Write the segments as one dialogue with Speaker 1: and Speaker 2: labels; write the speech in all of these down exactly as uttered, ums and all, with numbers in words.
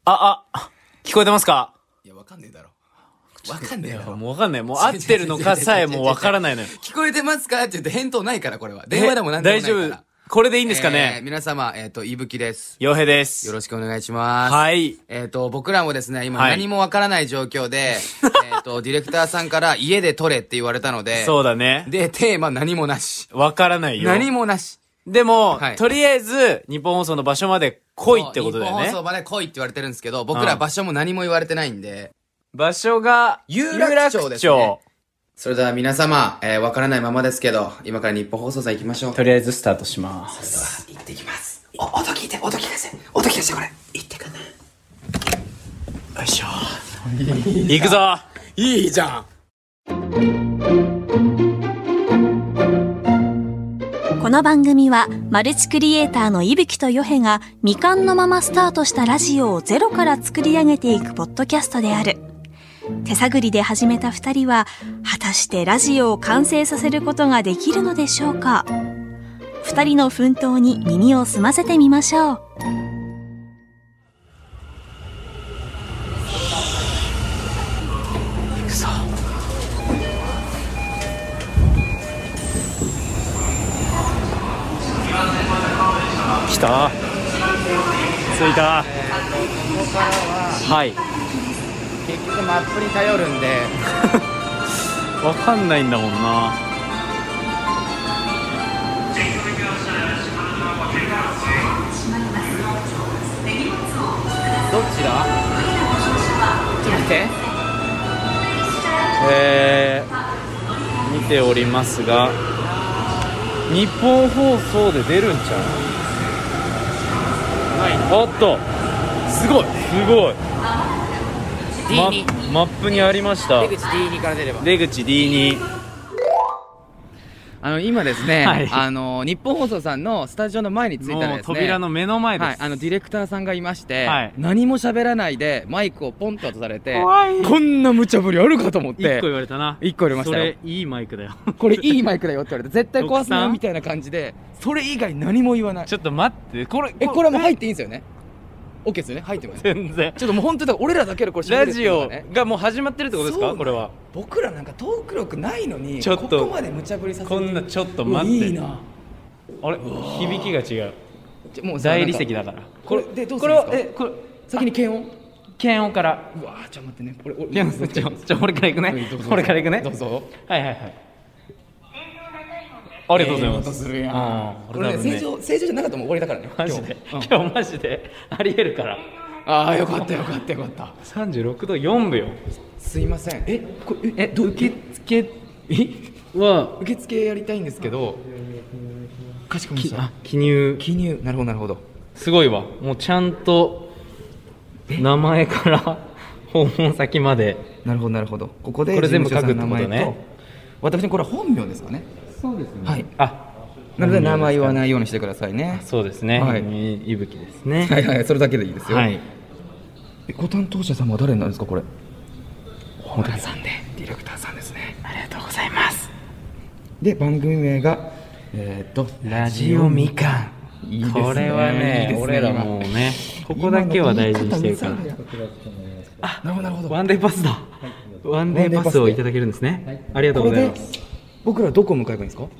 Speaker 1: あ、あ、聞こえてますか？
Speaker 2: いや、わかんねえだろ。わかんねえだろ。
Speaker 1: もうわかんない。もう合ってるのかさえもうわからないのよ。
Speaker 2: 聞こえてますかって言って返答ないから、これは。電話でも何でもないから。
Speaker 1: 大丈夫。これでいいんですかね？
Speaker 2: えー、皆様、えっ、ー、と、いぶきです。
Speaker 1: ようへいです。
Speaker 2: よろしくお願いします。
Speaker 1: はい。
Speaker 2: えっ、ー、と、僕らもですね、今何もわからない状況で、はい、えっと、ディレクターさんから家で撮れって言われたので、
Speaker 1: そうだね。
Speaker 2: で、テーマ何もなし。
Speaker 1: わからないよ。
Speaker 2: 何もなし。
Speaker 1: でも、はい、とりあえず、日本放送の場所まで来いってことだよね。
Speaker 2: 日本放送まで来いって言われてるんですけど、僕ら場所も何も言われてないんで。
Speaker 1: 場所が、
Speaker 2: 有楽町ですね。それでは皆様、えー、わからないままですけど、今から日本放送さん行きましょう。
Speaker 1: とりあえずスタートします。
Speaker 2: それでは、行ってきます。お、音聞いて、音聞かせ。音聞かせ、これ。行ってかな。
Speaker 1: よいしょ。行くぞ。
Speaker 2: いいじゃん。
Speaker 3: この番組はマルチクリエイターの伊吹とヨヘが未完のままスタートしたラジオをゼロから作り上げていくポッドキャストである。手探りで始めた二人は果たしてラジオを完成させることができるのでしょうか。二人の奮闘に耳を澄ませてみましょう。
Speaker 1: 行くぞ。来た。着いた。
Speaker 2: ここからは、
Speaker 1: はい。
Speaker 2: 結局マップに頼るんで
Speaker 1: わかんないんだもんな。
Speaker 2: どっちだ？ちょっと待って。
Speaker 1: えー、見ておりますが、日本放送で出るんちゃう？ない。おっと、すごいすごい。
Speaker 2: ディーに
Speaker 1: マ, マップにありました。
Speaker 2: 出口 ディーに から出れば。
Speaker 1: 出口 ディーに。
Speaker 2: あの今ですね、
Speaker 1: はい、
Speaker 2: あの日本放送さんのスタジオの前に着いたらですね、
Speaker 1: もう扉の目の前です。
Speaker 2: はい、あのディレクターさんがいまして、
Speaker 1: はい、
Speaker 2: 何も喋らないでマイクをポンと渡されて、
Speaker 1: 怖い。
Speaker 2: こんな無茶ぶりあるかと思って。
Speaker 1: いっこ言われたな。
Speaker 2: いっこ言われましたよ。
Speaker 1: それいいマイクだよ。
Speaker 2: これいいマイクだよって言われて、絶対壊すなみたいな感じで、それ以外何も言わない。
Speaker 1: ちょっと待って、これ
Speaker 2: えこれも入っていいんですよね。オッケーですよね。入ってます。
Speaker 1: 全然。
Speaker 2: ちょっともう本当だ、俺らだけでこれ喋るっていうのがね、
Speaker 1: ラジオがもう始まってるってことですか？これは。
Speaker 2: 僕らなんかトーク力ないのに、
Speaker 1: ちょっと
Speaker 2: ここまで無茶ぶりさせて。
Speaker 1: こんなちょっと待って。
Speaker 2: いいな。
Speaker 1: あれ、響きが違う。
Speaker 2: もう
Speaker 1: 大理石だから。
Speaker 2: これでどうするんですか？
Speaker 1: これえこれ
Speaker 2: 先に検温。
Speaker 1: 検温から。
Speaker 2: うわー、ちょっと待ってね。これ
Speaker 1: いやちょちょ俺から行くね。これから行くね。
Speaker 2: どうぞ。
Speaker 1: はいはいはい。ありがとうございます。
Speaker 2: するやん。
Speaker 1: こ
Speaker 2: れね、正常正常じゃなかったもん終わりだからね。
Speaker 1: マジで。今日マジでありえるから。
Speaker 2: ああ、よかったよかったよかった。
Speaker 1: さんじゅうろくどよんぶよ。
Speaker 2: すいません。え、これえ
Speaker 1: 受付は
Speaker 2: 受付やりたいんですけど。かしこまりました。
Speaker 1: 記入
Speaker 2: 記入。なるほどなるほど。
Speaker 1: すごいわ。もうちゃんと名前から訪問先まで。
Speaker 2: なるほどなるほど。ここで
Speaker 1: これ全部書くってことね。
Speaker 2: 私これ本名ですかね。
Speaker 1: そうですね。
Speaker 2: はい。
Speaker 1: あ、
Speaker 2: なので名前言わないようにしてくださいね。
Speaker 1: そうですね。はい。いぶきですね。
Speaker 2: はいはい、それだけでいいですよ。
Speaker 1: はい。
Speaker 2: ご担当者様は誰なんですかこれ？小田さんで、ディレクターさんですね。
Speaker 1: ありがとうございます。
Speaker 2: で番組名がえっと
Speaker 1: ラジオみかん。
Speaker 2: いいですね。
Speaker 1: これはね、俺らもうね、ここだけは大事にしてるから。
Speaker 2: あ、なるほどなるほど。
Speaker 1: ワンデーパスだ。ワンデーパスをいただけるんですね。ありがとうございます。
Speaker 2: 僕らどこ向かえばいいんですか？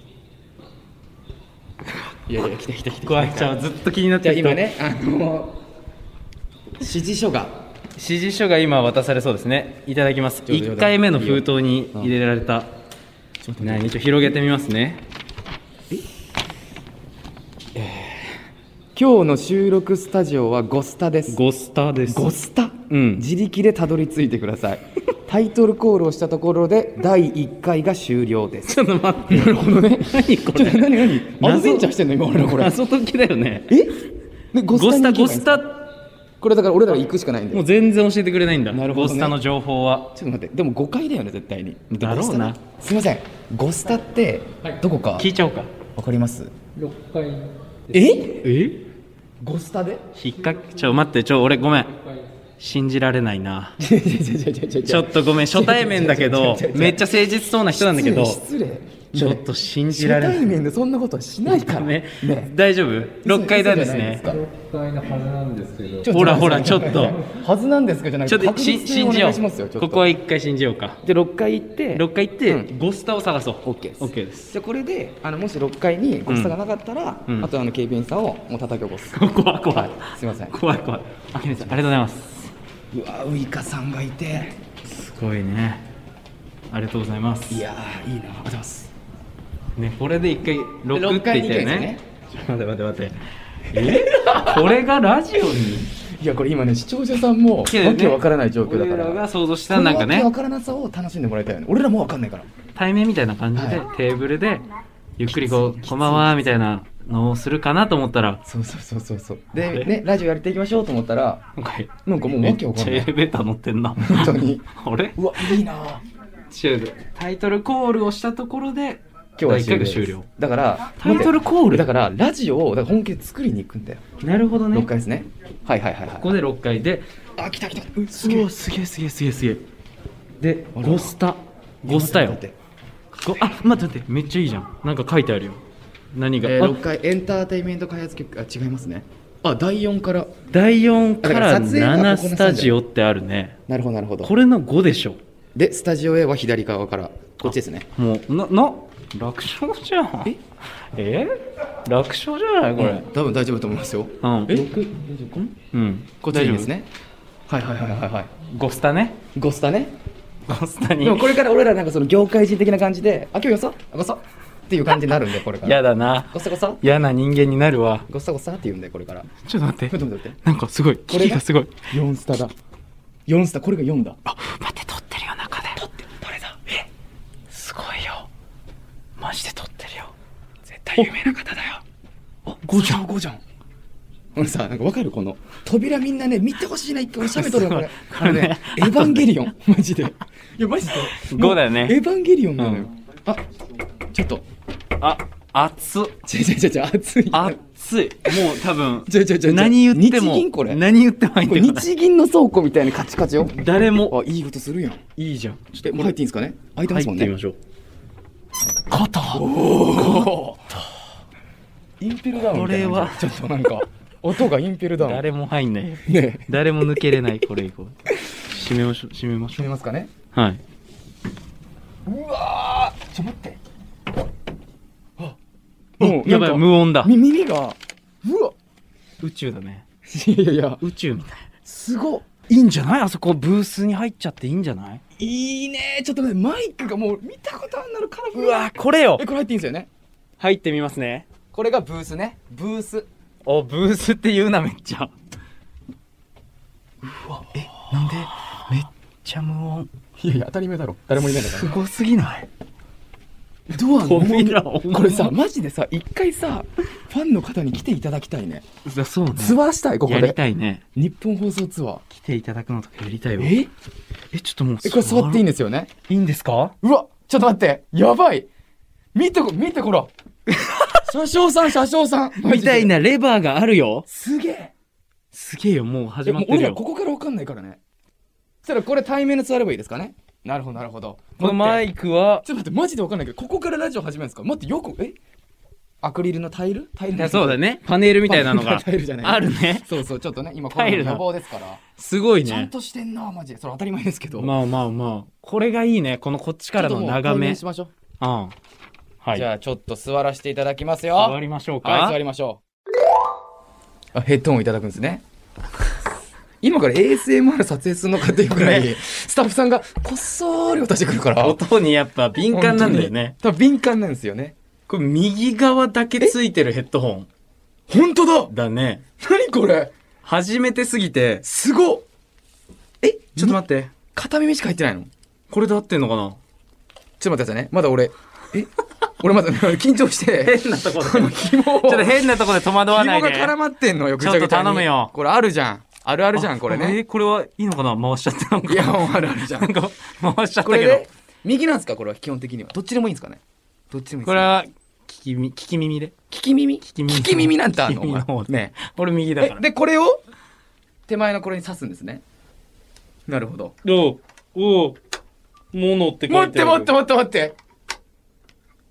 Speaker 2: いやいや、来て来て来て。
Speaker 1: 怖い。じゃあずっと気になってる人。
Speaker 2: 今ね、あの指示書が
Speaker 1: 指示書が今渡されそうですね。いただきます。いっかいめの封筒に入れられた。何一応広げてみますね。
Speaker 2: えー、今日の収録スタジオはゴスタです。
Speaker 1: ゴスタです。
Speaker 2: ゴスタ、
Speaker 1: うん、
Speaker 2: 自力でたどり着いてください。タイトルコールをしたところでだいいっかいが終了です。
Speaker 1: ちょっと待って。
Speaker 2: なるほどね。
Speaker 1: 何これ。
Speaker 2: 何何アドベンチャーしてんの今俺らこれ。
Speaker 1: 謎解きだよね。
Speaker 2: え？でゴ
Speaker 1: スタゴスタ
Speaker 2: これだから俺らが行くしかないんで。
Speaker 1: もう全然教えてくれないんだ。
Speaker 2: なるほど、ね、
Speaker 1: ゴスタの情報は。
Speaker 2: ちょっと待って。でもごかいだよね絶対に。
Speaker 1: だろうな。
Speaker 2: すいません。ゴスタってどこか
Speaker 1: 聞いちゃおうか。
Speaker 2: わかります？
Speaker 1: ろっかい。
Speaker 2: え？
Speaker 1: え？
Speaker 2: ゴスタで？
Speaker 1: 引っかけちょ待ってちょ俺ごめん。信じられないな。ちょっとごめん初対面だけどめっちゃ誠実そうな人なんだけど。
Speaker 2: 失礼。
Speaker 1: ちょっと信じられない。
Speaker 4: 初対面でそんなことはしないから
Speaker 1: ね
Speaker 4: ね。
Speaker 1: 大丈夫？ろっかいなんですね。
Speaker 4: ろっかいのはずなんですけど。
Speaker 1: ほらほらちょっと
Speaker 4: はずなんですけどじゃなくて、
Speaker 1: ちょっとし信じよう。ここは一回信じようか。
Speaker 4: でろっかい行って
Speaker 1: ろっかい行って、
Speaker 4: うん
Speaker 1: ゴスタを探そう。
Speaker 4: オッケーです。
Speaker 1: オッケーです。
Speaker 4: じゃあこれであのもしろっかいにゴスタがなかったら、
Speaker 1: うん
Speaker 4: あとあの警備員さんをもう叩き起こす。
Speaker 1: 怖い怖い。
Speaker 4: すいません。
Speaker 1: 怖い怖い。あきめちゃんありがとうございます。
Speaker 4: うわウイカさんがいて、
Speaker 1: すごいね。ありがとうございます。
Speaker 4: いやーいいな。ありがとうございます。
Speaker 1: ね、これで一回ろくって言ったよね。
Speaker 4: ろっ
Speaker 1: ちょっと待って待って待って。えこれがラジオに
Speaker 4: いやこれ今ね視聴者さんもわけわからない状況だから。
Speaker 1: 俺らが想像したなんかね。
Speaker 4: わけわからなさを楽しんでもらいたいよね。俺らもわかんないから。
Speaker 1: 対面みたいな感じで、
Speaker 4: は
Speaker 1: テーブルでゆっくりこうこんばんはみたいなのをするかなと思ったら、
Speaker 4: そうそうそうそうそう。でねラジオやっていきましょうと思ったら、
Speaker 1: なんか
Speaker 4: なんかもうわけわかんない。
Speaker 1: めっちゃエレベーター乗ってんな。
Speaker 4: 本当に。
Speaker 1: あれ？
Speaker 4: うわいいな。
Speaker 1: 違う。タイトルコールをしたところで
Speaker 4: 今日は
Speaker 1: だいいっかいが終了。
Speaker 4: だから
Speaker 1: タイトルコール
Speaker 4: だからラジオをだから本気で作りに行くんだよ。
Speaker 1: なるほどね。
Speaker 4: ろっかいですね。はいはいはいはい。
Speaker 1: ここでろっかいで、
Speaker 4: あ来た来た。う
Speaker 1: すげえすげえすげえすげえすげえ。で
Speaker 4: あら
Speaker 1: ゴスタゴスタよ。ごあ待って待ってめっちゃいいじゃん。なんか書いてあるよ。何が？
Speaker 4: えー、
Speaker 1: あ
Speaker 4: ろっかいエンターテインメント開発局あ違いますね。あだいよんから
Speaker 1: だいよんか
Speaker 4: だから
Speaker 1: ら
Speaker 4: 撮影が
Speaker 1: なな
Speaker 4: ここの
Speaker 1: スタジオってあるね。
Speaker 4: なるほどなるほど。
Speaker 1: これのごでしょ。
Speaker 4: でスタジオ A は左側からこっちですね。
Speaker 1: もうなな楽勝じゃん。
Speaker 4: え
Speaker 1: え楽勝じゃないこれ。
Speaker 4: 多分大丈夫と思いますよ。
Speaker 1: うん。
Speaker 4: え
Speaker 1: うん。
Speaker 4: こっちでいいですね。はいはいはいはいはい。
Speaker 1: ゴスタね。
Speaker 4: ゴスタね。
Speaker 1: ゴスタに
Speaker 4: でもこれから俺らなんかその業界人的な感じで、あ今日よそゴソっていう感じになるんでこれから。
Speaker 1: やだな。
Speaker 4: ゴソゴソ
Speaker 1: 嫌な人間になるわ。
Speaker 4: ゴソゴソって言うんでこれから。
Speaker 1: ちょっと待って。
Speaker 4: ちょっと待って。
Speaker 1: なんかすごい。
Speaker 4: これが
Speaker 1: キがすごい。
Speaker 4: よんスタだ。よんスタこれがよんだ。
Speaker 1: あ待って撮ってるよ中で。
Speaker 4: 撮って誰だ。
Speaker 1: えすごいよ。マジで撮ってるよ。絶対有名な方だよ。
Speaker 4: あごじゃんごじゃん。俺さなんかわかるこの扉みんなね見てほしいな一回俺喋っとるよこれ。あのねエヴァンゲリオンマジで。いやマジで。
Speaker 1: ごだよね。
Speaker 4: エヴァンゲリオンなのよ。
Speaker 1: うん
Speaker 4: あちょっと
Speaker 1: あ熱っ。
Speaker 4: ちょちょちょちょ熱い。
Speaker 1: 熱い。もう多分
Speaker 4: ちょちょちょ
Speaker 1: 何言っても
Speaker 4: 日銀これ。
Speaker 1: 何言っても入っ
Speaker 4: こ
Speaker 1: てこない。
Speaker 4: れ日銀の倉庫みたいなカチカチよ。
Speaker 1: 誰も
Speaker 4: あいいことするやん。
Speaker 1: いいじゃん。
Speaker 4: えもう入っていいんですかね。開いてますもんね。
Speaker 1: 入ってみましょう。肩。
Speaker 4: おインペルダウンみたいな
Speaker 1: これは
Speaker 4: ちょっとなんか音がインペルダウン。
Speaker 1: 誰も入んないよ。
Speaker 4: ね
Speaker 1: 誰も抜けれないこれ以降。閉めましょう閉めまし
Speaker 4: 閉
Speaker 1: ょう。
Speaker 4: めますかね。
Speaker 1: はい。
Speaker 4: うわーちょ待って。あ
Speaker 1: もうやばい無音だ。
Speaker 4: み耳がうわ
Speaker 1: 宇宙だね。
Speaker 4: いやいや
Speaker 1: 宇宙みたい。
Speaker 4: すごっ。
Speaker 1: いいんじゃない？あそこブースに入っちゃっていいんじゃない？
Speaker 4: いいねちょっとねマイクがもう見たことあるなるカラフル。
Speaker 1: うわこれよ。
Speaker 4: えこれ入っていいんですよね。
Speaker 1: 入ってみますね。
Speaker 4: これがブースね。ブース。
Speaker 1: おブースって言うなめっちゃ。
Speaker 4: うわ
Speaker 1: えなんでめっちゃ無音。
Speaker 4: いやいや当たり前だろ。誰もいないんだから。
Speaker 1: すごすぎない？
Speaker 4: ドアの
Speaker 1: 扉音
Speaker 4: これさマジでさ一回さファンの方に来ていただきたいね。
Speaker 1: そうね。
Speaker 4: ツアーしたいここ
Speaker 1: やり
Speaker 4: で。
Speaker 1: たいね。
Speaker 4: 日本放送ツアー。
Speaker 1: 来ていただくのとかやりたいわ。
Speaker 4: え
Speaker 1: えちょっともう
Speaker 4: えこれ座っていいん
Speaker 1: で
Speaker 4: ですよね。
Speaker 1: いいんですか？
Speaker 4: うわちょっと待ってやばい。見てこ見てこら。車掌さん車掌さん
Speaker 1: みたいなレバーがあるよ。
Speaker 4: すげえ。
Speaker 1: すげえよもう始まって
Speaker 4: えもう俺ら
Speaker 1: るよ。
Speaker 4: ここから分かんないからね。そしたらこれ対面で座ればいいですかね。なるほどなるほど。
Speaker 1: このマ
Speaker 4: イ
Speaker 1: イクは
Speaker 4: ちょっと待ってマジで分かんないけどここからラジオ始めるんですか。待ってよくえアクリルのタイルタイル
Speaker 1: いやそうだねパネルみたいなのが
Speaker 4: タイルじゃない
Speaker 1: あるね。
Speaker 4: そうそうちょっとね今これ
Speaker 1: タイルだ
Speaker 4: 予防ですから
Speaker 1: すごいね。
Speaker 4: ちゃんとしてんなマジでそれ当たり前ですけど。
Speaker 1: まあまあまあこれがいいねこのこっちからの眺
Speaker 4: ちょっともう対
Speaker 1: め。
Speaker 4: 面しましょう。
Speaker 1: うんはい。
Speaker 4: じゃあちょっと座らせていただきますよ。
Speaker 1: 座りましょうか。
Speaker 4: はい座りましょう。あヘッドホンをいただくんですね。今から エーエスエムアール 撮影するのかっていうくらい、
Speaker 1: ね
Speaker 4: スタッフさんがこっそーり音してくるから
Speaker 1: 音にやっぱ敏感なんだよね。
Speaker 4: 多分敏感なんですよね。
Speaker 1: これ右側だけついてるヘッドホン
Speaker 4: 本当だ。
Speaker 1: だね。
Speaker 4: 何これ
Speaker 1: 初めてすぎて。
Speaker 4: すごっ。え
Speaker 1: ちょっと待って。
Speaker 4: 片耳しか入ってないの。
Speaker 1: これで合ってんのかな。
Speaker 4: ちょっと待ってくださいね。まだ俺え俺まだ緊張して
Speaker 1: 変なとこで。
Speaker 4: この紐を
Speaker 1: ちょっと変なとこで戸惑わないで。
Speaker 4: 紐が絡まってんのよ。ぐちゃぐちゃに
Speaker 1: ちょっと頼むよ
Speaker 4: これあるじゃん。あるあるじゃんこれ
Speaker 1: え
Speaker 4: ね。
Speaker 1: ーこれはいいのかな回しちゃってなんか。
Speaker 4: いやもうあるあるじゃん。
Speaker 1: なんか回しちゃったけど。
Speaker 4: これで右なんですかこれは基本的には。どっちでもいいんですかね。どっちでもいいですか。
Speaker 1: これは聞き耳、聞き耳で。
Speaker 4: 聞き耳
Speaker 1: 聞き耳
Speaker 4: 聞き耳なんてあんの
Speaker 1: 聞き耳の方で
Speaker 4: ね
Speaker 1: 俺右だから。
Speaker 4: えでこれを手前のこれに刺すんですね。なるほど。
Speaker 1: おうおうものって書いてある。
Speaker 4: 待って待って待って待って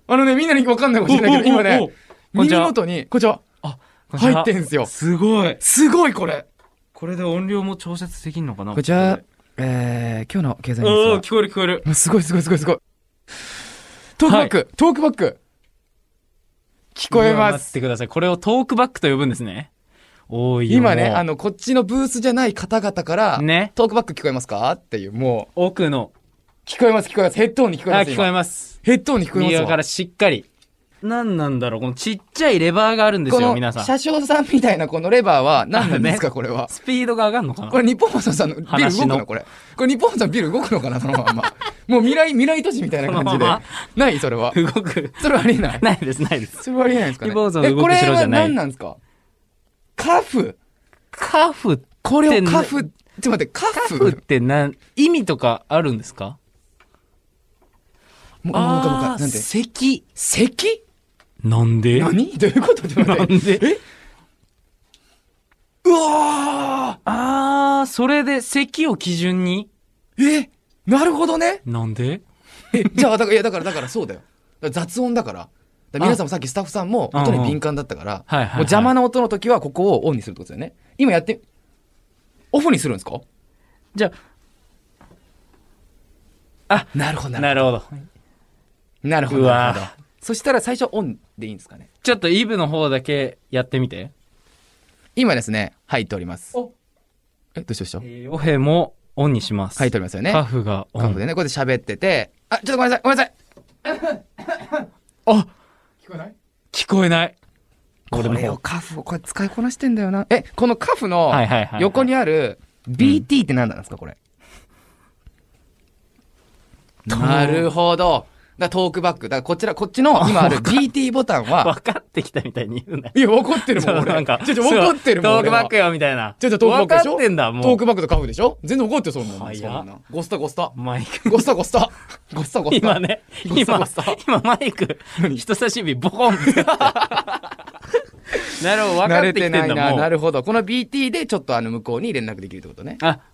Speaker 4: あのね、みんなにわかんないかもしれないけど、今ね、
Speaker 1: こんにちは
Speaker 4: 耳元に、こんにちは。
Speaker 1: あ、こんにちは
Speaker 4: 入ってんすよ。
Speaker 1: すごい。
Speaker 4: すごいこれ。
Speaker 1: これで音量も調節できんのかな。
Speaker 4: こんにちは。えー、今日の経済ニュースは
Speaker 1: おー、聞こえる聞こえる。
Speaker 4: もうすごいすごいすごいすごい。トークバック、トークバック。聞こえ
Speaker 1: うわ待っ
Speaker 4: ます。
Speaker 1: てください。これをトークバックと呼ぶんですね。おーいよ。
Speaker 4: 今ね、
Speaker 1: もう
Speaker 4: あの、こっちのブースじゃない方々から、
Speaker 1: ね
Speaker 4: トークバック聞こえますかっていう、も
Speaker 1: 奥の、
Speaker 4: う、聞こえます聞こえます。ヘッドホンに聞こえ
Speaker 1: あ、
Speaker 4: ます。
Speaker 1: 聞こえ
Speaker 4: す。
Speaker 1: ます。
Speaker 4: ヘッドホンに聞こえますわ。
Speaker 1: 右側からしっかり。何なんだろう、このちっちゃいレバーがあるんですよ、
Speaker 4: この
Speaker 1: 皆さん。
Speaker 4: 車掌さんみたいなこのレバーは何なんですか、
Speaker 1: あね
Speaker 4: これは。
Speaker 1: スピードが上がるのかな。
Speaker 4: これ日本放送さんのビル動く
Speaker 1: 話の
Speaker 4: のこれ。これ日本放送のビル動くのかなそのまんま。もう未来、未来都市みたいな感じで
Speaker 1: このま。
Speaker 4: ないそれは。
Speaker 1: 動く。
Speaker 4: それはありえない。
Speaker 1: ないです、ないです。
Speaker 4: それはありえないんですかね。
Speaker 1: 日本放送の
Speaker 4: え、
Speaker 1: 動く
Speaker 4: これは
Speaker 1: 城じゃない
Speaker 4: 何なんですかカフ。
Speaker 1: カフって、
Speaker 4: これをカフ。ちょっと待って、カ
Speaker 1: カフっ
Speaker 4: フ。
Speaker 1: てなん、意味とかあるんですか？
Speaker 4: もう、もう一回もう一回
Speaker 1: あー、
Speaker 4: なんで
Speaker 1: 咳。
Speaker 4: 咳
Speaker 1: なんで
Speaker 4: 何どういうことちょっと待って
Speaker 1: なんで
Speaker 4: えうわ
Speaker 1: あー、それで咳を基準に
Speaker 4: ーえなるほどね。
Speaker 1: なんで
Speaker 4: え、じゃあ、だから、いや、だから、だからそうだよ。だから雑音だから。だから皆さんもさっきスタッフさんも音に敏感だったから、
Speaker 1: うんうんはいはいはい
Speaker 4: もう邪魔な音の時はここをオンにするってことですよね。今やって、オフにするんですか
Speaker 1: じゃあ、
Speaker 4: なるほど、
Speaker 1: なるほど。
Speaker 4: なるほど。
Speaker 1: うわ
Speaker 4: なるほどそしたら最初オンでいいんですかね。
Speaker 1: ちょっとイブの方だけやってみて。
Speaker 4: 今ですね、入っております。
Speaker 1: お
Speaker 4: え、どうしたどうした
Speaker 1: えー、ヨヘもオンにします。
Speaker 4: 入っておりますよね。
Speaker 1: カフがオン。
Speaker 4: カフでね、これで喋ってて、あ、ちょっとごめんなさい、ごめんなさい。
Speaker 1: あ、
Speaker 4: 聞こえない
Speaker 1: 聞こえない。
Speaker 4: こ
Speaker 1: 俺の方
Speaker 4: れをカフをこれ使いこなしてんだよな。え、このカフの
Speaker 1: はいはいはいはい
Speaker 4: 横にある ビーティー って何なんですか、これ。なるほど。だからトークバック。だからこちら、こっちの今ある ビーティー ボタンは、
Speaker 1: 分かってきたみたいに言うなよ。
Speaker 4: いや、分かってるもん、
Speaker 1: そう
Speaker 4: 俺。
Speaker 1: なんか、
Speaker 4: ちょ、ちょ、分かってるもん、
Speaker 1: トー
Speaker 4: 俺は
Speaker 1: クバックよ、みたいな。
Speaker 4: ちょ、ちょ、トークバックでしょ
Speaker 1: 分かってんだ、もう。
Speaker 4: トークバックとカフでしょ全然分かってる、そんなの。
Speaker 1: 早っ
Speaker 4: そんなゴスタゴスタ。
Speaker 1: マイク。
Speaker 4: ゴスタゴスタ。ゴスタゴスタ。
Speaker 1: 今ね、
Speaker 4: ゴスタ
Speaker 1: 今
Speaker 4: ゴスタ、
Speaker 1: 今マイク、人差し指ボコンって。なるほど、分か
Speaker 4: 慣れ
Speaker 1: ってきてんだ、
Speaker 4: てないな。
Speaker 1: もう。
Speaker 4: なるほど。この ビーティー でちょっとあの向こうに連絡できるってことね。
Speaker 1: あ、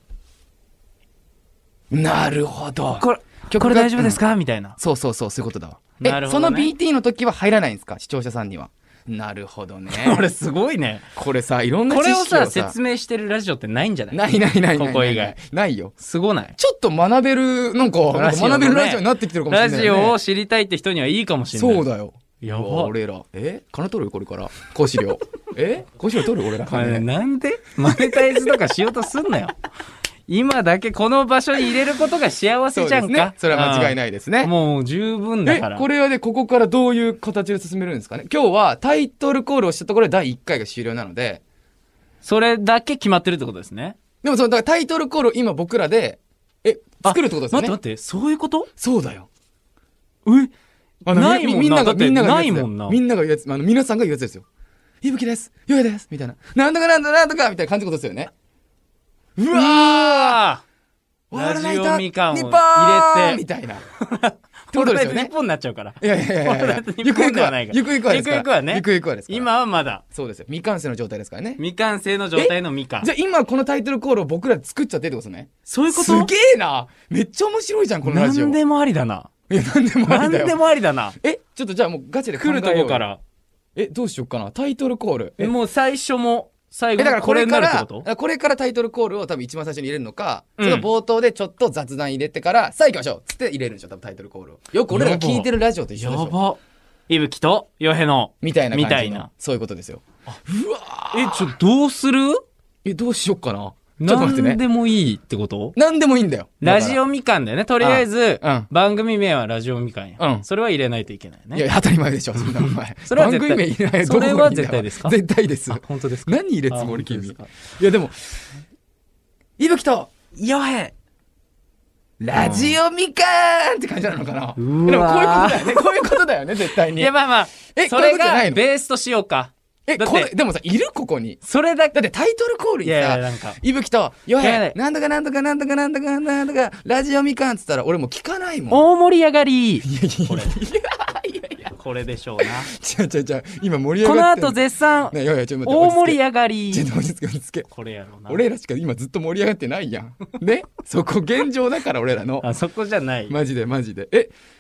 Speaker 4: なるほど。
Speaker 1: これ、
Speaker 4: 曲が
Speaker 1: これ大丈夫ですかみたいな。
Speaker 4: そうそうそう、そういうことだわ。え、
Speaker 1: なるほどね
Speaker 4: その ビーティー の時は入らないんですか視聴者さんには。なるほどね。
Speaker 1: これすごいね。
Speaker 4: これさ、いろんな
Speaker 1: これをさ、
Speaker 4: 知識をさ、
Speaker 1: 説明してるラジオってないんじゃない
Speaker 4: ないないないないない。
Speaker 1: ここ以外。
Speaker 4: ないよ。
Speaker 1: すごない。
Speaker 4: ちょっと学べる、なんか、なんか学べるラジオになってきてるかもしれない、ね。
Speaker 1: ラジオを知りたいって人にはいいかもしれない。
Speaker 4: そうだよ。
Speaker 1: やば
Speaker 4: うわ俺ら。え金取るこれから。講師料。え講師料取る俺ら
Speaker 1: これね
Speaker 4: 金。
Speaker 1: なんでマネタイズとかしようとすんなよ。今だけこの場所に入れることが幸せじゃんか。
Speaker 4: そうですね。それは間違いないですね。
Speaker 1: もう十分だ
Speaker 4: え
Speaker 1: から。
Speaker 4: これはね、ここからどういう形で進めるんですかね今日はタイトルコールをしたところでだいいっかいが終了なので、
Speaker 1: それだけ決まってるってことですね。
Speaker 4: でもその、だからタイトルコールを今僕らで、え、作るってことですよね。
Speaker 1: 待って待って、そういうこと
Speaker 4: そうだよ。
Speaker 1: え
Speaker 4: あの
Speaker 1: ないもんな
Speaker 4: みみんなが、
Speaker 1: だって
Speaker 4: みんなが言うやつだよ
Speaker 1: ないもんな
Speaker 4: みんなが言うやつ、あの、皆さんが言うやつですよ。いぶきです。よえです。みたいな。なんとかなんとかなんとかみたいな感じのことですよね。う
Speaker 1: う
Speaker 4: わ
Speaker 1: わ
Speaker 4: ー
Speaker 1: ーラジオみかんを
Speaker 4: 日本
Speaker 1: 入れて
Speaker 4: みたいな。ってこ
Speaker 1: ことれ
Speaker 4: ですよね。
Speaker 1: で日本になっちゃうから。
Speaker 4: いやいやいやいやいや
Speaker 1: これ
Speaker 4: ゆくゆくは、
Speaker 1: 日本ではないから
Speaker 4: ゆくゆくはですから。
Speaker 1: ゆくゆくはね
Speaker 4: ゆくゆくはですから。
Speaker 1: 今はまだ。
Speaker 4: そうですよ。未完成の状態ですからね。
Speaker 1: 未完成の状態のみかん
Speaker 4: じゃ。あ今このタイトルコールを僕らで作っちゃってってことですね。
Speaker 1: そういうこと
Speaker 4: すげえなめっちゃ面白いじゃん、このラジオ。
Speaker 1: なんでもありだな。
Speaker 4: いや、なんでもあ
Speaker 1: なん
Speaker 4: りだよ。
Speaker 1: でもありだな。
Speaker 4: え、ちょっとじゃあもうガチで考えようよ
Speaker 1: 来るとこか。ら。
Speaker 4: え、どうしよっかな。タイトルコール。え、
Speaker 1: もう最初も最
Speaker 4: えだから
Speaker 1: 後もこれに
Speaker 4: これから、
Speaker 1: なるってこと
Speaker 4: だからこれからタイトルコールを多分一番最初に入れるのか、
Speaker 1: うん
Speaker 4: その冒頭でちょっと雑談入れてから、さあ行きましょうつって入れるんでしょ、多分タイトルコールを。よく俺らが聞いてるラジオと一緒でしょ。
Speaker 1: やば。いぶきとヨヘの。
Speaker 4: みたいな感じの。
Speaker 1: みたいな
Speaker 4: そういうことですよ。うわ
Speaker 1: え、ちょ、どうする
Speaker 4: え、どうしよっかな。ちょっと待ってね。
Speaker 1: なんでもいいってこと
Speaker 4: なんでもいいんだよ。
Speaker 1: ラジオみかんだよね。とりあえず
Speaker 4: うんうん、
Speaker 1: 番組名はラジオみかんや。
Speaker 4: うん
Speaker 1: それは入れないといけないね。
Speaker 4: いや、当たり前でしょ、そんなお前。
Speaker 1: それは絶対
Speaker 4: 番組名入れない
Speaker 1: それは
Speaker 4: どこがいいんだよ
Speaker 1: 絶対ですか
Speaker 4: 絶対です。
Speaker 1: あ本当ですか
Speaker 4: 何入れつもり
Speaker 1: あ本当
Speaker 4: 君。い
Speaker 1: ですか
Speaker 4: や、でも、いぶきと、
Speaker 1: ヨヘ
Speaker 4: ラジオみかーんって感じなのかな。で
Speaker 1: う
Speaker 4: も
Speaker 1: わー
Speaker 4: こういうことだよね。こういうことだよね、絶対に。
Speaker 1: いや、まあまあ、
Speaker 4: え
Speaker 1: それが
Speaker 4: こういうことじゃないの
Speaker 1: ベースとしようか。
Speaker 4: え、
Speaker 1: だって
Speaker 4: これ、でもさ、いるここに。
Speaker 1: それだけ。
Speaker 4: だってタイトルコールに
Speaker 1: いやいや、な
Speaker 4: さ、
Speaker 1: んか。
Speaker 4: いぶきと、よ
Speaker 1: いやいや
Speaker 4: へ、なんとかなんとかなんとかなんとかなんとか、ラジオみかんっつったら俺もう聞かないもん。
Speaker 1: 大盛り上がり。
Speaker 4: いやいや
Speaker 1: これ。
Speaker 4: いやいや、
Speaker 1: これでしょうな。
Speaker 4: 違う違う違う、今盛り
Speaker 1: こ
Speaker 4: 上がってん
Speaker 1: の後絶賛、
Speaker 4: ね、いやいや、ちょっと待って。
Speaker 1: 大盛り
Speaker 4: 上
Speaker 1: 上がり。
Speaker 4: ちょっと落ち着け、落ち着け。
Speaker 1: これやろうな。
Speaker 4: 俺らしか今ずっと盛り上がってないやん。ねそこ現状だから俺らの。
Speaker 1: あそこじゃない。
Speaker 4: マジでマジで。え、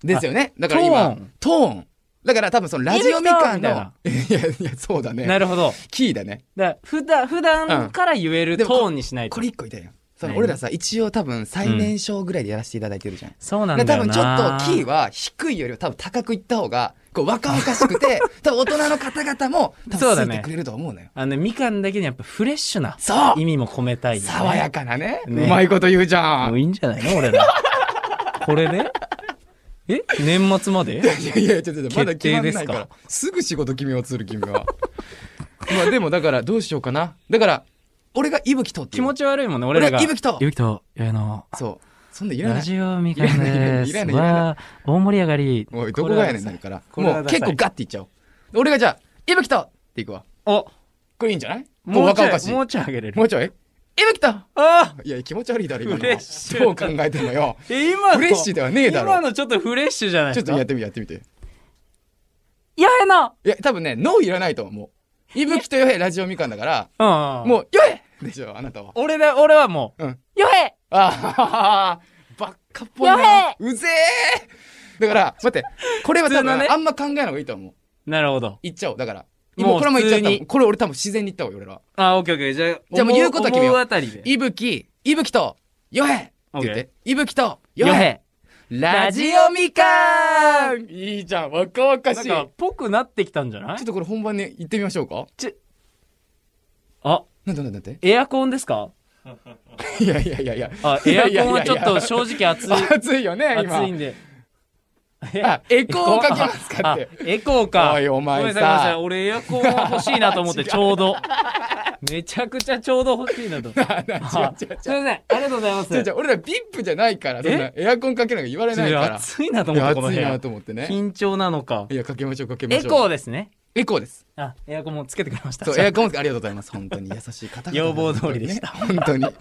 Speaker 2: ですよね。だから今、トーン。だから多分そのラジオみかんの、いやいや、そうだね。
Speaker 1: なるほど。
Speaker 2: キーだね。
Speaker 1: だから普段、普段から言えるトーンにしないと。
Speaker 2: これ一個言いたいよ。その俺らさ、一応多分最年少ぐらいでやらせていただいてるじゃん。
Speaker 1: そうなんだよな。
Speaker 2: 多分ちょっとキーは低いよりは多分高くいった方が、こう若々しくて、多分大人の方々も多分ついてくれると思うのよ。
Speaker 1: あのね、みかんだけにやっぱフレッシュな意味も込めたい。
Speaker 2: 爽やかなね。うまいこと言うじゃん。
Speaker 1: もういいんじゃないの俺ら。これでえ年末まで
Speaker 2: いやいや、ちょっとまだ決まんないから。すぐ仕事決めようとする君は。まあでもだからどうしようかな。だから、俺がいぶきとって。
Speaker 1: 気持ち悪いもんね、俺らが。
Speaker 2: 俺がいぶきと。
Speaker 1: いぶきと、あの、
Speaker 2: そう。そんないらない。
Speaker 1: ラジオみかんです。いらない、いらない。わー、大盛り上がり。
Speaker 2: おい、どこがやねん、なるから。もう結構ガッていっちゃおう。俺がじゃあ、いぶきとっていくわ。
Speaker 1: お、
Speaker 2: これいいんじゃない？
Speaker 1: もう若々しい。もうちょいあげれる。
Speaker 2: もうちょいいぶきとああいや、気持ち悪いだろ、今の。
Speaker 1: フレッシュ。
Speaker 2: どう考えてんのよ。
Speaker 1: え、今の。
Speaker 2: フレッシュではねえだろ。
Speaker 1: 今のちょっとフレッシュじゃないですか。
Speaker 2: ちょっとやってみて、やってみて。
Speaker 1: やへの
Speaker 2: いや、多分ね、ノーいらないと思う。いぶきとよへラジオみかんだから、
Speaker 1: うん。
Speaker 2: もう、よへでしょ、あなたは。
Speaker 1: 俺だ、俺はもう、うん。よへ
Speaker 2: あははばっかっぽいな。
Speaker 1: よへ
Speaker 2: うぜえだから、待って、これは多分、ね、あんま考えない方がいいと思う。
Speaker 1: なるほど。
Speaker 2: 言っちゃおう。だから。もうこれも言っちゃった。これ俺多分自然に言った方がいい、俺ら。
Speaker 1: あ、オッケーオッケー。じゃあ、
Speaker 2: じゃあもう言うことは決めよう。
Speaker 1: あたりで。
Speaker 2: いぶき、いぶきと、よへって言って。いぶきと、よへラジオみかんいいじゃん、若々しい。
Speaker 1: なんか、ぽくなってきたんじゃない？
Speaker 2: ちょっとこれ本番に行ってみましょうか。
Speaker 1: ちあ、
Speaker 2: なんだなんだって？
Speaker 1: エアコンですか？
Speaker 2: いやいやいやいや。
Speaker 1: あ、エアコンはちょっと正直暑い。
Speaker 2: 暑いよね、今。
Speaker 1: 暑いんで。
Speaker 2: あ、エコーかけますかって。
Speaker 1: エコーか。
Speaker 2: おい、お前さ。
Speaker 1: ごめんなさい、ごめんなさい。俺エアコン欲しいなと思って、ちょうど。めちゃくちゃちょうど欲しいなと。すいません。ありがとうございます。
Speaker 2: じゃ俺ら ビップ じゃないから、そんなエアコンかけなんか言われないから。
Speaker 1: 暑いなと思って、この部屋。
Speaker 2: 暑いなと思ってね。
Speaker 1: 緊張なのか。
Speaker 2: いや、かけましょう、かけましょう。
Speaker 1: エコーですね。
Speaker 2: エコーです。
Speaker 1: あ、エアコンもつけてくれました。
Speaker 2: そう、エアコンありがとうございます。本当に優しい方々。
Speaker 1: 要望通りでした。
Speaker 2: 本当に。だから、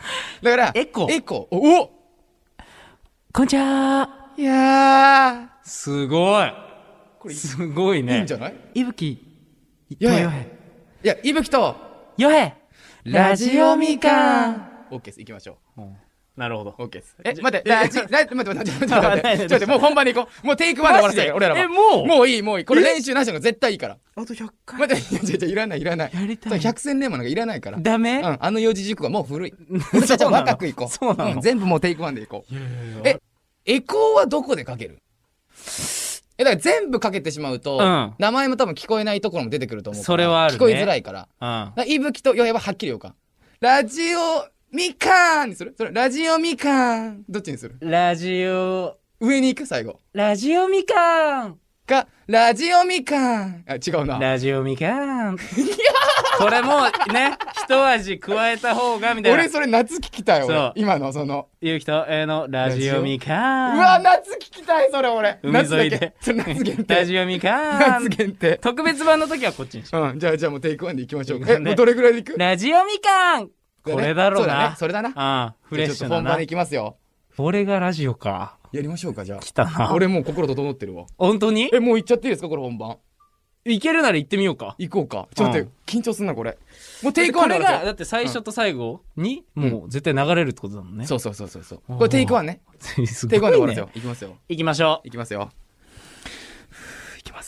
Speaker 1: エコー。
Speaker 2: エコー。お
Speaker 1: こんにちは。
Speaker 2: いやー。
Speaker 1: すごい。これすごいね。
Speaker 2: いいんじゃない？
Speaker 1: いぶき。
Speaker 2: よへ。いや、いぶきと、
Speaker 1: よへ。ラジオみかん。
Speaker 2: オッケーです。行きましょう。
Speaker 1: なるほど。
Speaker 2: オッケーです。え、待って、ラジ、待って、待って、待って、待って、待って、もう本番に行こう。もうテイクワンで終わらせて、俺らは。
Speaker 1: え、もう
Speaker 2: もういい、もういい。これ練習なしのが絶対いいから。
Speaker 1: あとひゃっかい。
Speaker 2: 待って、いやいやいらない、いらない。
Speaker 1: やりたい。
Speaker 2: 百戦錬磨なんかいらないから。
Speaker 1: ダメ？
Speaker 2: うん、あの四字熟語はもう古い。俺たちは若く行こう。
Speaker 1: そうなの？
Speaker 2: 全部もうテイクワンで行こう。え、エコーはどこでかける？え、だから全部かけてしまうと、うん、名前も多分聞こえないところも出てくると思うから。
Speaker 1: それはあるね。
Speaker 2: 聞こえづらいから。うん。いぶきとよへははっきり言おうか。ラジオみかんにする？それ、ラジオみかん。どっちにする？
Speaker 1: ラジオ。
Speaker 2: 上に行く最後。
Speaker 1: ラジオみかん。
Speaker 2: か、ラジオみかん。あ、違うな。
Speaker 1: ラジオみかん。これもね、一味加えた方がみたいな。
Speaker 2: 俺それ夏聞きたい俺。今のその。
Speaker 1: ゆうきと、えー、の、ラジオみかん。
Speaker 2: うわ、夏聞きたいそれ俺。
Speaker 1: 海沿いで。
Speaker 2: 夏限定。
Speaker 1: ラジオみか
Speaker 2: ん。夏限定。
Speaker 1: 特別版の時はこっちにしよ
Speaker 2: う。うん、じゃあじゃあもうテイクワンで行きましょう。え、もうどれぐらいで行く？
Speaker 1: ラジオみかん。これだろうな。
Speaker 2: そうだね。それだな。
Speaker 1: ああ、フレッシュな。ちょっと
Speaker 2: 本番で行きますよ。
Speaker 1: 俺がラジオか。
Speaker 2: やりましょうか、じゃあ。
Speaker 1: 来たな。
Speaker 2: 俺もう心整ってるわ。
Speaker 1: 本当に？
Speaker 2: え、もう行っちゃっていいですか、これ本番。
Speaker 1: 行けるなら行ってみようか。
Speaker 2: 行こうか。ちょっと待って、緊張すんな、これ。もうテイクワン
Speaker 1: だこれが、だって最初と最後に、もう絶対流れるってことだもんね。
Speaker 2: そうそうそうそう。これテイクワンね。テイクワンで終わらせよ。行きますよ。
Speaker 1: 行きましょう。
Speaker 2: 行きますよ。行きます。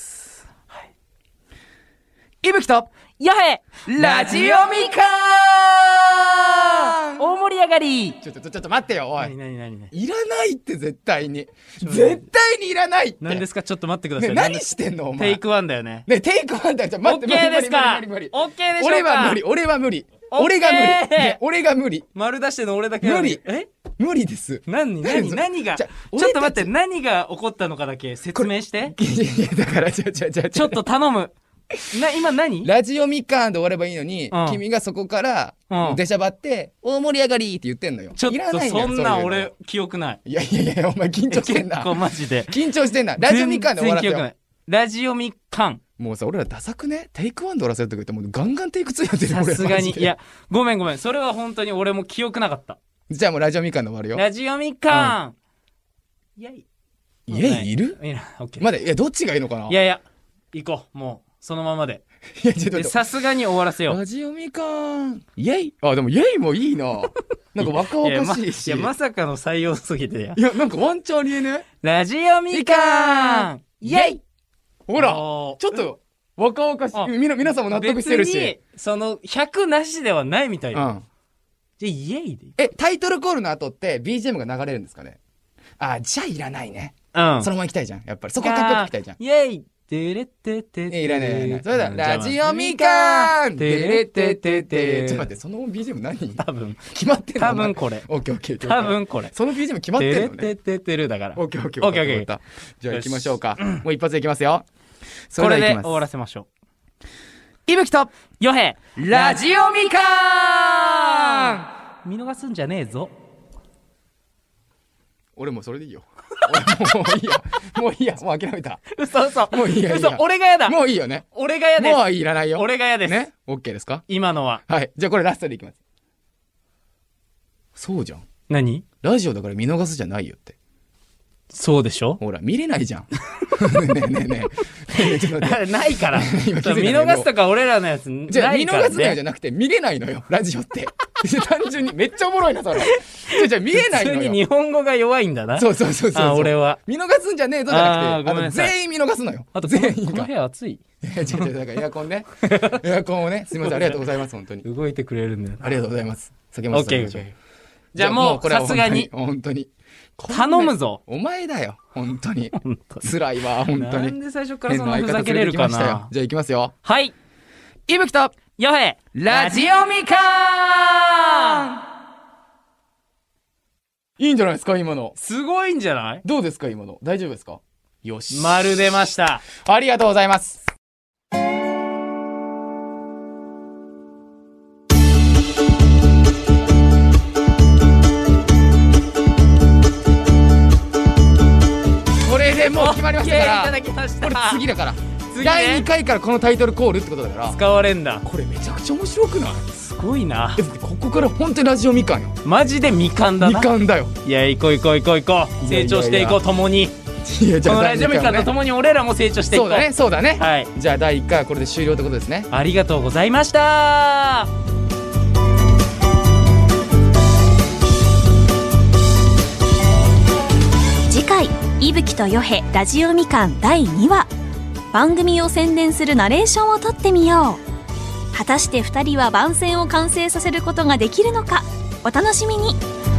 Speaker 2: はい。いぶきと、
Speaker 1: やへ
Speaker 2: ラジオみか
Speaker 1: ーん大盛り上がり
Speaker 2: ちょっと、ちょっと待ってよ、おい。
Speaker 1: なになになに
Speaker 2: いらないって絶対に。絶対にいらないって。
Speaker 1: 何ですかちょっと待ってください。
Speaker 2: ね、何してんのお前。
Speaker 1: テイクワンだよね。
Speaker 2: ね、テイクワンだよ。ちょ、待って、
Speaker 1: オッケーですか？
Speaker 2: 無理無理無理無理。
Speaker 1: オッケーでしょうか？
Speaker 2: 俺は無理、俺は無理。俺が無理。ね、俺が無理。
Speaker 1: 丸出しての俺だけ
Speaker 2: 無理。
Speaker 1: え
Speaker 2: 無理です。
Speaker 1: 何何何がちょっと待って、何が起こったのかだけ説明して。
Speaker 2: いやいや、だから、ちょ、ちょ、ちょ、
Speaker 1: ちょっと頼む。な、今何？
Speaker 2: ラジオみかんで終わればいいのに、うん、君がそこから、うん、出しゃばって、大盛り上がりって言ってんのよ。
Speaker 1: ちょっとそんな俺、記憶ない。
Speaker 2: いやいやいや、お前緊張してんな。
Speaker 1: 結構マジで。
Speaker 2: 緊張してんな。ラジオみかんで終わらせよ。
Speaker 1: ラジオみかん。
Speaker 2: もうさ、俺らダサくね？テイクワンで終わらせるとか言ってもうガンガンテイクツーやってる。
Speaker 1: さすがに。いや、ごめんごめん。それは本当に俺も記憶なかった。
Speaker 2: じゃあもうラジオみかんで終わるよ。
Speaker 1: ラジオみかん。イェイ。
Speaker 2: イェイいる？
Speaker 1: いや、オッケー。
Speaker 2: まだ、いや、どっちがいいのかな？
Speaker 1: いやいや、行こう。もう、そのままで。
Speaker 2: いやちょっと
Speaker 1: でさすがに終わらせよう。
Speaker 2: ラジオみかんイェイ。あでもイェイもいいな。なんか若々しいし。
Speaker 1: いや、ま、いやまさかの採用すぎてや。
Speaker 2: いやなんかワンチャンありえね。
Speaker 1: ラジオみかんイェイ。
Speaker 2: ほらちょっと若々しい。みな皆さんも納得してるし。
Speaker 1: 別にそのひゃくなしではないみたいな。うん、じゃあイェイで。
Speaker 2: えタイトルコールの後って ビージーエム が流れるんですかね。あじゃあいらないね。
Speaker 1: うん。
Speaker 2: そのまま行きたいじゃん。やっぱりそこかっこよく行きたいじゃん。
Speaker 1: イェイ。てれててて。
Speaker 2: いらないいらない。それだ、ラジオみかんてれててて。ちょっと待って、その ビージーエム 何
Speaker 1: 多分。
Speaker 2: 決まってんの
Speaker 1: 多分これ。
Speaker 2: オッケーオッケー。
Speaker 1: 多分これ。
Speaker 2: その ビージーエム 決まってんのね。
Speaker 1: てれてててるだから。
Speaker 2: オッケーオッケー。
Speaker 1: オッケーオッケー。
Speaker 2: じゃあ行きましょうか。もう一発でいきますよ。
Speaker 1: これで終わらせましょ
Speaker 2: う。いぶきと、
Speaker 1: よへ、
Speaker 2: ラジオみか
Speaker 1: ん見逃すんじゃねえぞ。
Speaker 2: 俺もそれでいいよ。もういいや。もういいや。もう諦めた。
Speaker 1: 嘘嘘。
Speaker 2: もういいや。
Speaker 1: 嘘。俺がやだ。
Speaker 2: もういいよね。
Speaker 1: 俺がやです。
Speaker 2: もういらないよ。
Speaker 1: 俺がやです。
Speaker 2: ね。オッケーですか？
Speaker 1: 今のは。
Speaker 2: はい。じゃあこれラストでいきます。そうじゃん。
Speaker 1: 何？
Speaker 2: ラジオだから見逃すじゃないよって。
Speaker 1: そうでしょ？
Speaker 2: ほら、見れないじゃん。ねえねえねえ。ちょっと待って。
Speaker 1: ないから。見逃すとか俺らのやつないから、ね。
Speaker 2: じゃあ見逃すのよじゃなくて見れないのよ、ラジオって。単純に。めっちゃおもろいな、それ。じゃあ見れないのよ。
Speaker 1: 普通に日本語が弱いんだな。
Speaker 2: そうそうそうそう。
Speaker 1: あ、俺は。
Speaker 2: 見逃すんじゃねえぞじゃなくて、あの全員見逃すのよ。
Speaker 1: あと
Speaker 2: 全員が。
Speaker 1: この部屋暑い。
Speaker 2: いや、違う違う、だからエアコンね。エアコンをね、すみません、ありがとうございます、本当に。
Speaker 1: 動いてくれるんだよ。
Speaker 2: ありがとうございます。酒松さん。
Speaker 1: オッケー。じゃあもう、さすがに。
Speaker 2: 本当に。
Speaker 1: 頼むぞ。
Speaker 2: お前だよ、本当に。辛いわ、本当に。
Speaker 1: なんで最初からそんなふざけれるかな。じゃ
Speaker 2: あ行きますよ。
Speaker 1: はい。
Speaker 2: いぶきと、
Speaker 1: よへ、
Speaker 2: ラジオみかんいいんじゃないですか、今の。
Speaker 1: すごいんじゃない？
Speaker 2: どうですか、今の。大丈夫ですか？よし。
Speaker 1: 丸出ました。
Speaker 2: ありがとうございます。もう決まりましたから、これ次だから、だいにかいからこのタイトルコールってことだから、
Speaker 1: 使われんだ。
Speaker 2: これめちゃくちゃ面白くない？
Speaker 1: すごいな。
Speaker 2: ここから本当にラジオみかんよ。
Speaker 1: マジでみかんだな。
Speaker 2: みかんだよ。
Speaker 1: いや、行こう行こう行こう行こう。成長していこう、共に。
Speaker 2: いや、じゃあ
Speaker 1: このラジオみかんと共に俺らも成長していこう。
Speaker 2: そうだね、そうだね。
Speaker 1: はい。
Speaker 2: じゃあだいいっかいはこれで終了ってことですね。
Speaker 1: ありがとうございました。
Speaker 3: 次回、いぶきとよへラジオみかんだいにわ。番組を宣伝するナレーションを撮ってみよう。果たしてふたりは番宣を完成させることができるのか、お楽しみに。